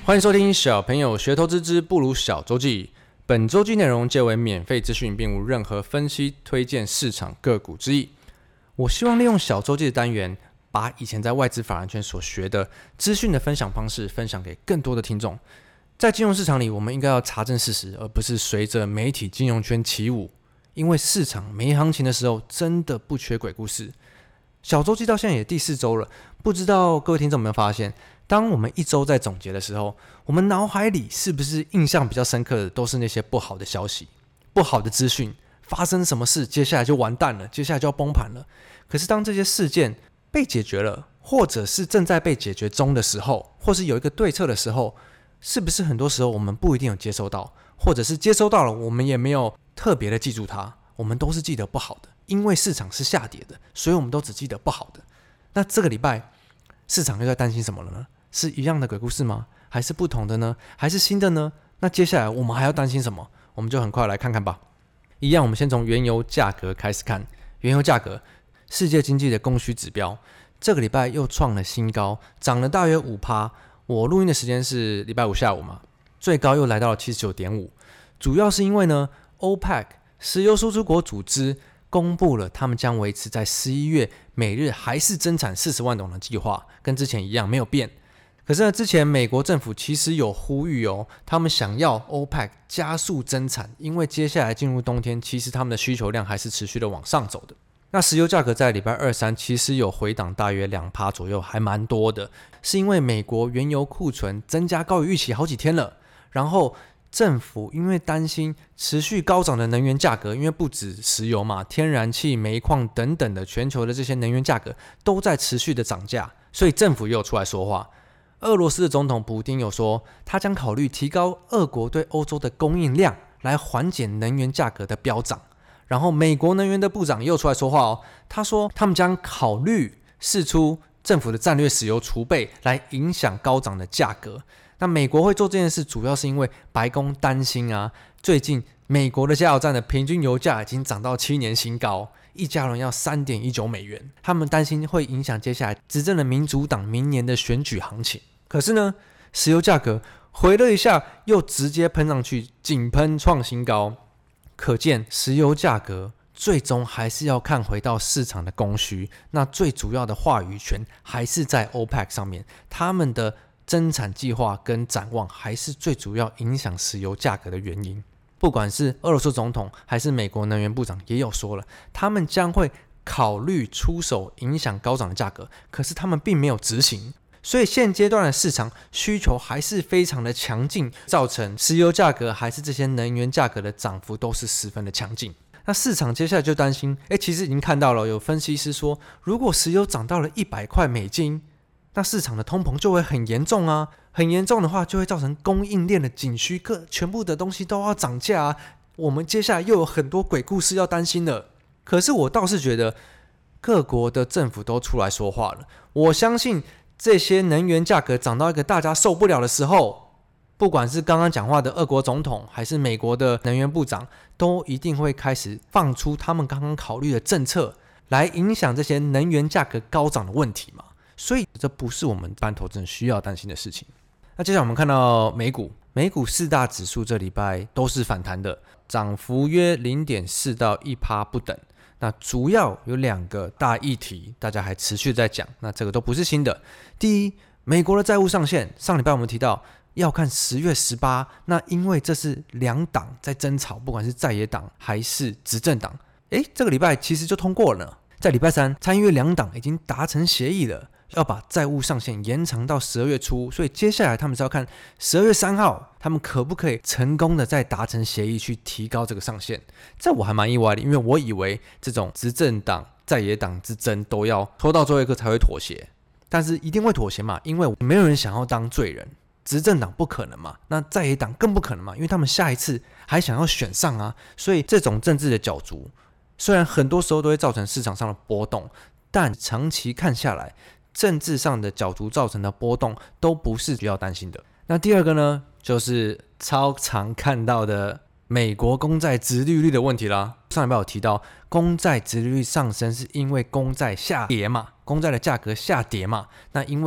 欢迎收听小朋友学投资之不如小周记。本周记内容皆为免费资讯，并无任何分析、推荐市场个股之意。我希望利用小周记的单元，把以前在外资法人圈所学的资讯的分享方式分享给更多的听众。在金融市场里，我们应该要查证事实，而不是随着媒体金融圈起舞。因为市场没行情的时候，真的不缺鬼故事。小周记到现在也第4周了，不知道各位听众有没有发现，当我们一周在总结的时候，我们脑海里是不是印象比较深刻的都是那些不好的消息、不好的资讯，发生什么事，接下来就完蛋了，接下来就要崩盘了。可是当这些事件被解决了，或者是正在被解决中的时候，或是有一个对策的时候，是不是很多时候我们不一定有接收到，或者是接收到了，我们也没有特别的记住它，我们都是记得不好的，因为市场是下跌的，所以我们都只记得不好的。那这个礼拜市场又在担心什么了呢？是一样的鬼故事吗？还是不同的呢？还是新的呢？那接下来我们还要担心什么？我们就很快来看看吧。一样，我们先从原油价格开始看。原油价格，世界经济的供需指标，这个礼拜又创了新高，涨了大约 5%。我录音的时间是礼拜五下午嘛，最高又来到了 79.5%。主要是因为呢 ，OPEC 石油输出国组织公布了他们将维持在11月每日还是增产40万桶的计划，跟之前一样没有变。可是呢，之前美国政府其实有呼吁他们想要 OPEC 加速增产，因为接下来进入冬天，其实他们的需求量还是持续的往上走的。那石油价格在礼拜2、3其实有回档大约 2% 左右，还蛮多的，是因为美国原油库存增加高于预期好几天了，然后政府因为担心持续高涨的能源价格，因为不止石油嘛，天然气、煤矿等等的全球的这些能源价格都在持续的涨价，所以政府又有出来说话。俄罗斯的总统普丁有说，他将考虑提高俄国对欧洲的供应量，来缓解能源价格的飙涨。然后美国能源的部长也有出来说话他说他们将考虑释出政府的战略石油储备，来影响高涨的价格。那美国会做这件事，主要是因为白宫担心最近美国的加油站的平均油价已经涨到7年新高，1加仑要 3.19 美元，他们担心会影响接下来执政的民主党明年的选举行情。可是呢，石油价格回了一下，又直接喷上去，井喷创新高。可见石油价格最终还是要看回到市场的供需，那最主要的话语权还是在 OPEC 上面，他们的增产计划跟展望还是最主要影响石油价格的原因。不管是俄罗斯总统还是美国能源部长也有说了，他们将会考虑出手影响高涨的价格，可是他们并没有执行。所以现阶段的市场需求还是非常的强劲，造成石油价格还是这些能源价格的涨幅都是十分的强劲。那市场接下来就担心，其实已经看到了，有分析师说，如果石油涨到了100块美金，那市场的通膨就会很严重很严重的话就会造成供应链的紧虚，全部的东西都要涨价我们接下来又有很多鬼故事要担心了。可是我倒是觉得各国的政府都出来说话了，我相信这些能源价格涨到一个大家受不了的时候，不管是刚刚讲话的俄国总统还是美国的能源部长，都一定会开始放出他们刚刚考虑的政策，来影响这些能源价格高涨的问题嘛。所以这不是我们一般投资人需要担心的事情。那接下来我们看到美股4大指数这礼拜都是反弹的，涨幅约 0.4 到 1% 不等。那主要有2个大议题，大家还持续在讲，那这个都不是新的。第一，美国的债务上限，上礼拜我们提到要看10月18，那因为这是2党在争吵，不管是在野党还是执政党，这个礼拜其实就通过了呢。在礼拜3，参议院2党已经达成协议了，要把债务上限延长到12月初，所以接下来他们是要看12月3号他们可不可以成功的再达成协议去提高这个上限。这我还蛮意外的，因为我以为这种执政党在野党之争都要拖到最后一刻才会妥协，但是一定会妥协嘛，因为没有人想要当罪人，执政党不可能嘛，那在野党更不可能嘛，因为他们下一次还想要选上所以这种政治的角逐虽然很多时候都会造成市场上的波动，但长期看下来，政治上的角逐造成的波动都不是需要担心的。那第二个呢，就是超常看到的美国公债殖利率的问题啦。上礼拜有提到，公债殖利率上升是因为公债下跌嘛，公债的价格下跌嘛。那因为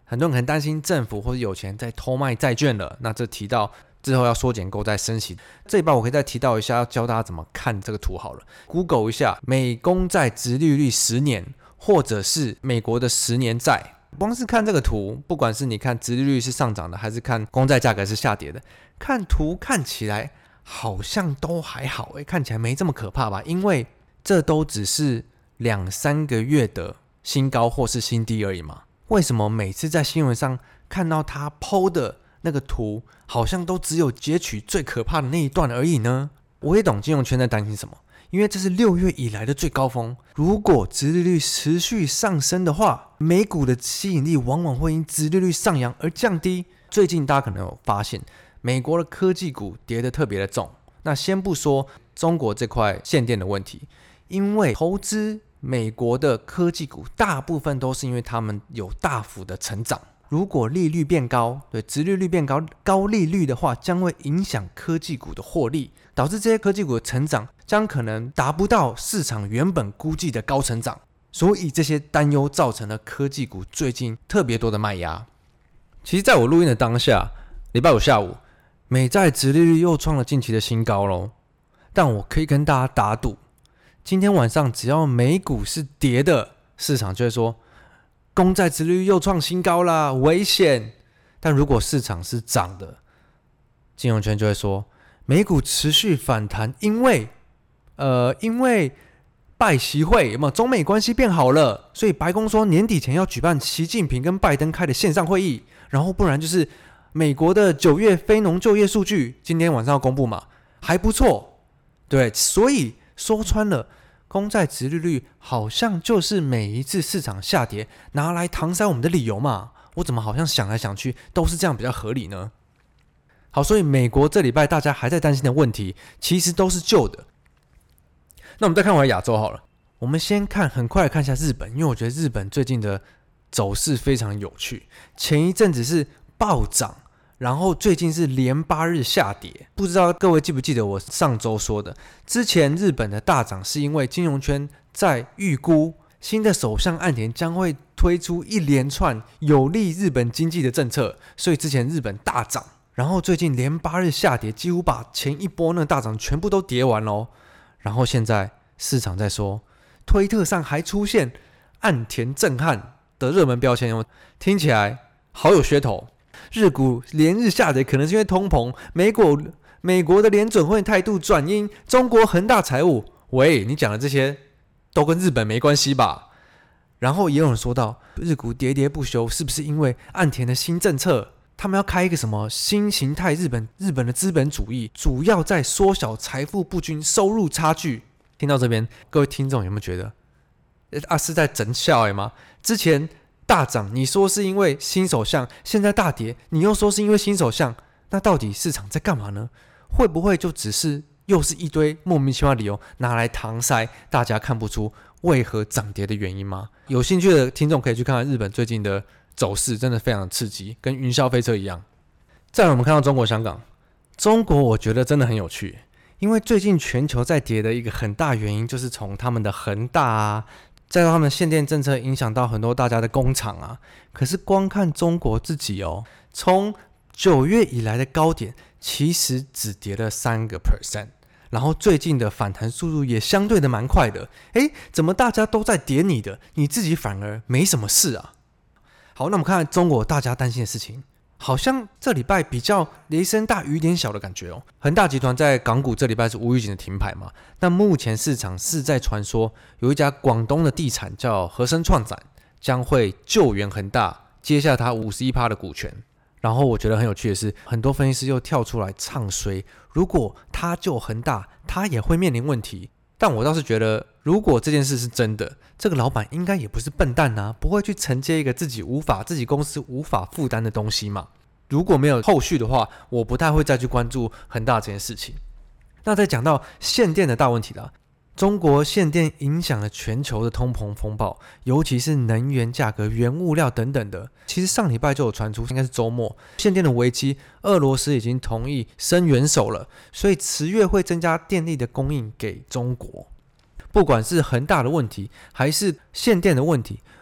很多人可能担心政府或者有钱人在偷卖债券了，那这提到之后要缩减购债升息，这一半我可以再提到一下，要教大家怎么看这个图好了。Google 一下美公债殖利率10年，或者是美国的10年债，光是看这个图，不管是你看殖利率是上涨的，还是看公债价格是下跌的，看图看起来好像都还好，看起来没这么可怕吧？因为这都只是2-3个月的新高或是新低而已嘛。为什么每次在新闻上看到他 PO 的那个图，好像都只有截取最可怕的那一段而已呢？我也懂金融圈在担心什么，因为这是6月以来的最高峰。如果殖利率持续上升的话，美股的吸引力往往会因殖利率上扬而降低。最近大家可能有发现，美国的科技股跌得特别的重。那先不说中国这块限电的问题，因为投资美国的科技股大部分都是因为他们有大幅的成长。如果利率变高，对，殖利率变高，高利率的话将会影响科技股的获利，导致这些科技股的成长将可能达不到市场原本估计的高成长。所以这些担忧造成了科技股最近特别多的卖压。其实在我录音的当下，礼拜五下午美债殖利率又创了近期的新高咯。但我可以跟大家打赌，今天晚上只要美股是跌的，市场就会说公债殖利率又创新高啦，危险。但如果市场是涨的，金融圈就会说美股持续反弹，因为拜习会有没有中美关系变好了，所以白宫说年底前要举办习近平跟拜登开的线上会议，然后不然就是美国的9月非农就业数据今天晚上要公布嘛，还不错，对，所以说穿了，公债殖利率好像就是每一次市场下跌拿来搪塞我们的理由嘛。我怎么好像想来想去都是这样比较合理呢？好，所以美国这礼拜大家还在担心的问题其实都是旧的。那我们再看回亚洲好了，我们先很快看一下日本，因为我觉得日本最近的走势非常有趣。前一阵子是暴涨，然后最近是连8日下跌。不知道各位记不记得我上周说的，之前日本的大涨是因为金融圈在预估新的首相岸田将会推出一连串有利日本经济的政策，所以之前日本大涨，然后最近连8日下跌，几乎把前一波那个大涨全部都跌完咯。然后现在市场在说，推特上还出现岸田震撼的热门标签，听起来好有噱头。日股连日下跌可能是因为通膨，美国的联准会态度转阴，中国恒大财务，喂，你讲的这些都跟日本没关系吧？然后也有人说到，日股喋喋不休，是不是因为岸田的新政策？他们要开一个什么新形态日本的资本主义，主要在缩小财富不均、收入差距。听到这边，各位听众有没有觉得是在整笑吗？之前大涨你说是因为新首相，现在大跌你又说是因为新首相，那到底市场在干嘛呢？会不会就只是又是一堆莫名其妙的理由拿来搪塞大家看不出为何涨跌的原因吗？有兴趣的听众可以去看看日本最近的走势，真的非常的刺激，跟云霄飞车一样。再来我们看到中国香港，中国我觉得真的很有趣，因为最近全球在跌的一个很大原因就是从他们的恒大啊，再到他们限电政策影响到很多大家的工厂啊。可是光看中国自己从9月以来的高点其实只跌了3%，然后最近的反弹速度也相对的蛮快的。怎么大家都在跌你的，你自己反而没什么事啊？好，那我们看看中国大家担心的事情，好像这礼拜比较雷声大雨点小的感觉恒大集团在港股这礼拜是无预警的停牌嘛，但目前市场是在传说有一家广东的地产叫和生创展将会救援恒大，接下他51%的股权。然后我觉得很有趣的是，很多分析师又跳出来唱衰，如果他救恒大，他也会面临问题。但我倒是觉得，如果这件事是真的，这个老板应该也不是笨蛋啊，不会去承接一个自己公司无法负担的东西嘛。如果没有后续的话，我不太会再去关注恒大这件事情。那再讲到限电的大问题啦，中国限电影响了全球的通膨风暴，尤其是能源价格、原物料等等的。其实上礼拜就有传出，应该是周末，限电的危机，俄罗斯已经同意伸援手了，所以10月会增加电力的供应给中国。不管是恒大的问题，还是限电的问题，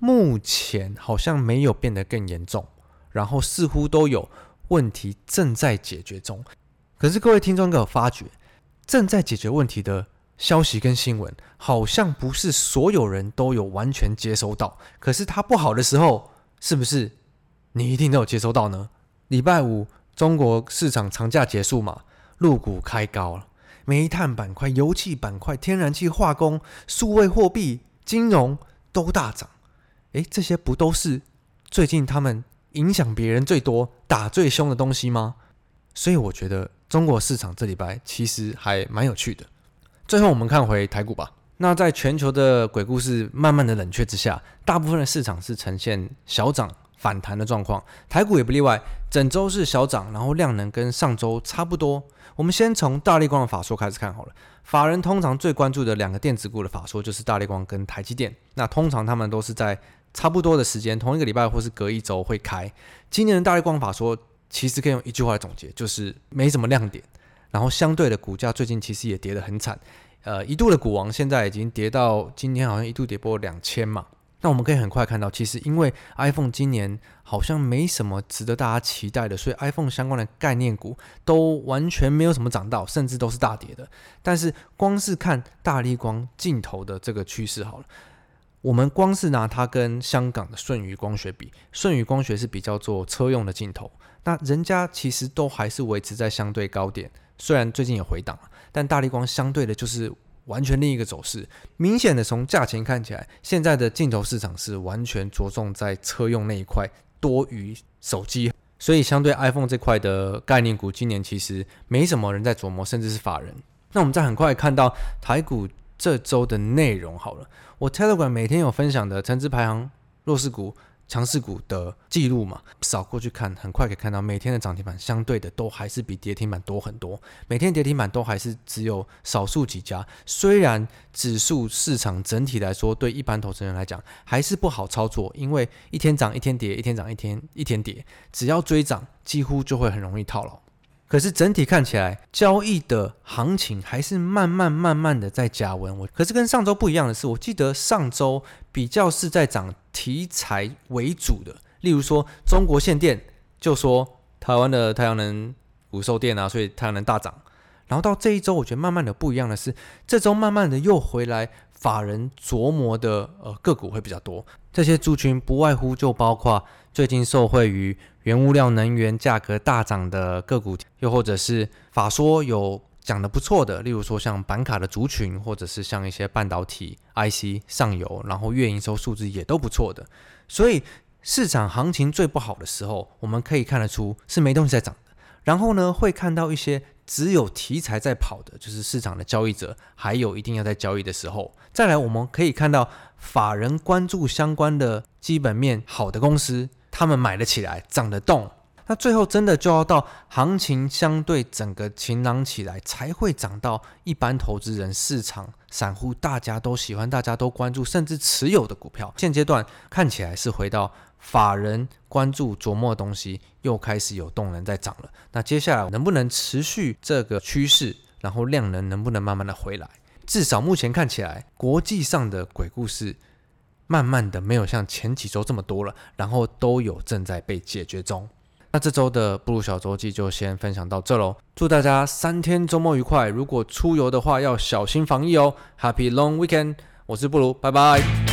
目前好像没有变得更严重，然后似乎都有问题正在解决中。可是各位听众应该有发觉，正在解决问题的消息跟新闻好像不是所有人都有完全接收到，可是它不好的时候是不是你一定都有接收到呢？礼拜五中国市场长假结束嘛，陆股开高了，煤炭板块、油气板块、天然气、化工、数位货币、金融都大涨。这些不都是最近他们影响别人最多、打最凶的东西吗？所以我觉得中国市场这礼拜其实还蛮有趣的。最后我们看回台股吧。那在全球的鬼故事慢慢的冷却之下，大部分的市场是呈现小涨反弹的状况，台股也不例外，整周是小涨，然后量能跟上周差不多。我们先从大立光的法说开始看好了。法人通常最关注的两个电子股的法说就是大立光跟台积电，那通常他们都是在差不多的时间，同一个礼拜或是隔一周会开。今年的大立光法说其实可以用一句话来总结，就是没什么亮点，然后相对的股价最近其实也跌得很惨，一度的股王现在已经跌到今天好像一度跌破2000嘛。那我们可以很快看到，其实因为 iPhone 今年好像没什么值得大家期待的，所以 iPhone 相关的概念股都完全没有什么涨到，甚至都是大跌的。但是光是看大立光镜头的这个趋势好了，我们光是拿它跟香港的舜宇光学比，舜宇光学是比较做车用的镜头，那人家其实都还是维持在相对高点，虽然最近也回档，但大立光相对的就是完全另一个走势。明显的从价钱看起来，现在的镜头市场是完全着重在车用那一块多于手机，所以相对 iPhone 这块的概念股今年其实没什么人在琢磨，甚至是法人。那我们再很快看到台股这周的内容好了，我 Telegram 每天有分享的成值排行弱势股强势股的记录嘛，扫过去看，很快可以看到每天的涨停板相对的都还是比跌停板多很多，每天跌停板都还是只有少数几家。虽然指数市场整体来说对一般投资人来讲还是不好操作，因为一天涨一天跌，一天涨一天跌，只要追涨几乎就会很容易套牢。可是整体看起来，交易的行情还是慢慢的在加温。可是跟上周不一样的是，我记得上周比较是在涨题材为主的，例如说中国限电，就说台湾的太阳能股售电啊，所以太阳能大涨。然后到这一周，我觉得慢慢的不一样的是，这周慢慢的又回来，法人琢磨的个股会比较多。这些族群不外乎就包括最近受惠于原物料能源价格大涨的个股，又或者是法说有讲得不错的，例如说像板卡的族群，或者是像一些半导体 IC 上游，然后月营收数字也都不错的。所以市场行情最不好的时候，我们可以看得出是没东西在涨的。然后呢，会看到一些只有题材在跑的，就是市场的交易者还有一定要在交易的时候。再来我们可以看到法人关注相关的基本面好的公司，他们买得起来，涨得动。那最后真的就要到行情相对整个晴朗起来，才会涨到一般投资人、市场、散户大家都喜欢、大家都关注，甚至持有的股票。现阶段看起来是回到法人关注琢磨的东西，又开始有动能在涨了。那接下来能不能持续这个趋势，然后量能不能慢慢的回来？至少目前看起来，国际上的鬼故事慢慢的没有像前几周这么多了，然后都有正在被解决中。那这周的布鲁小周记就先分享到这咯，祝大家3天周末愉快，如果出游的话要小心防疫哦。Happy long weekend， 我是布鲁，拜拜。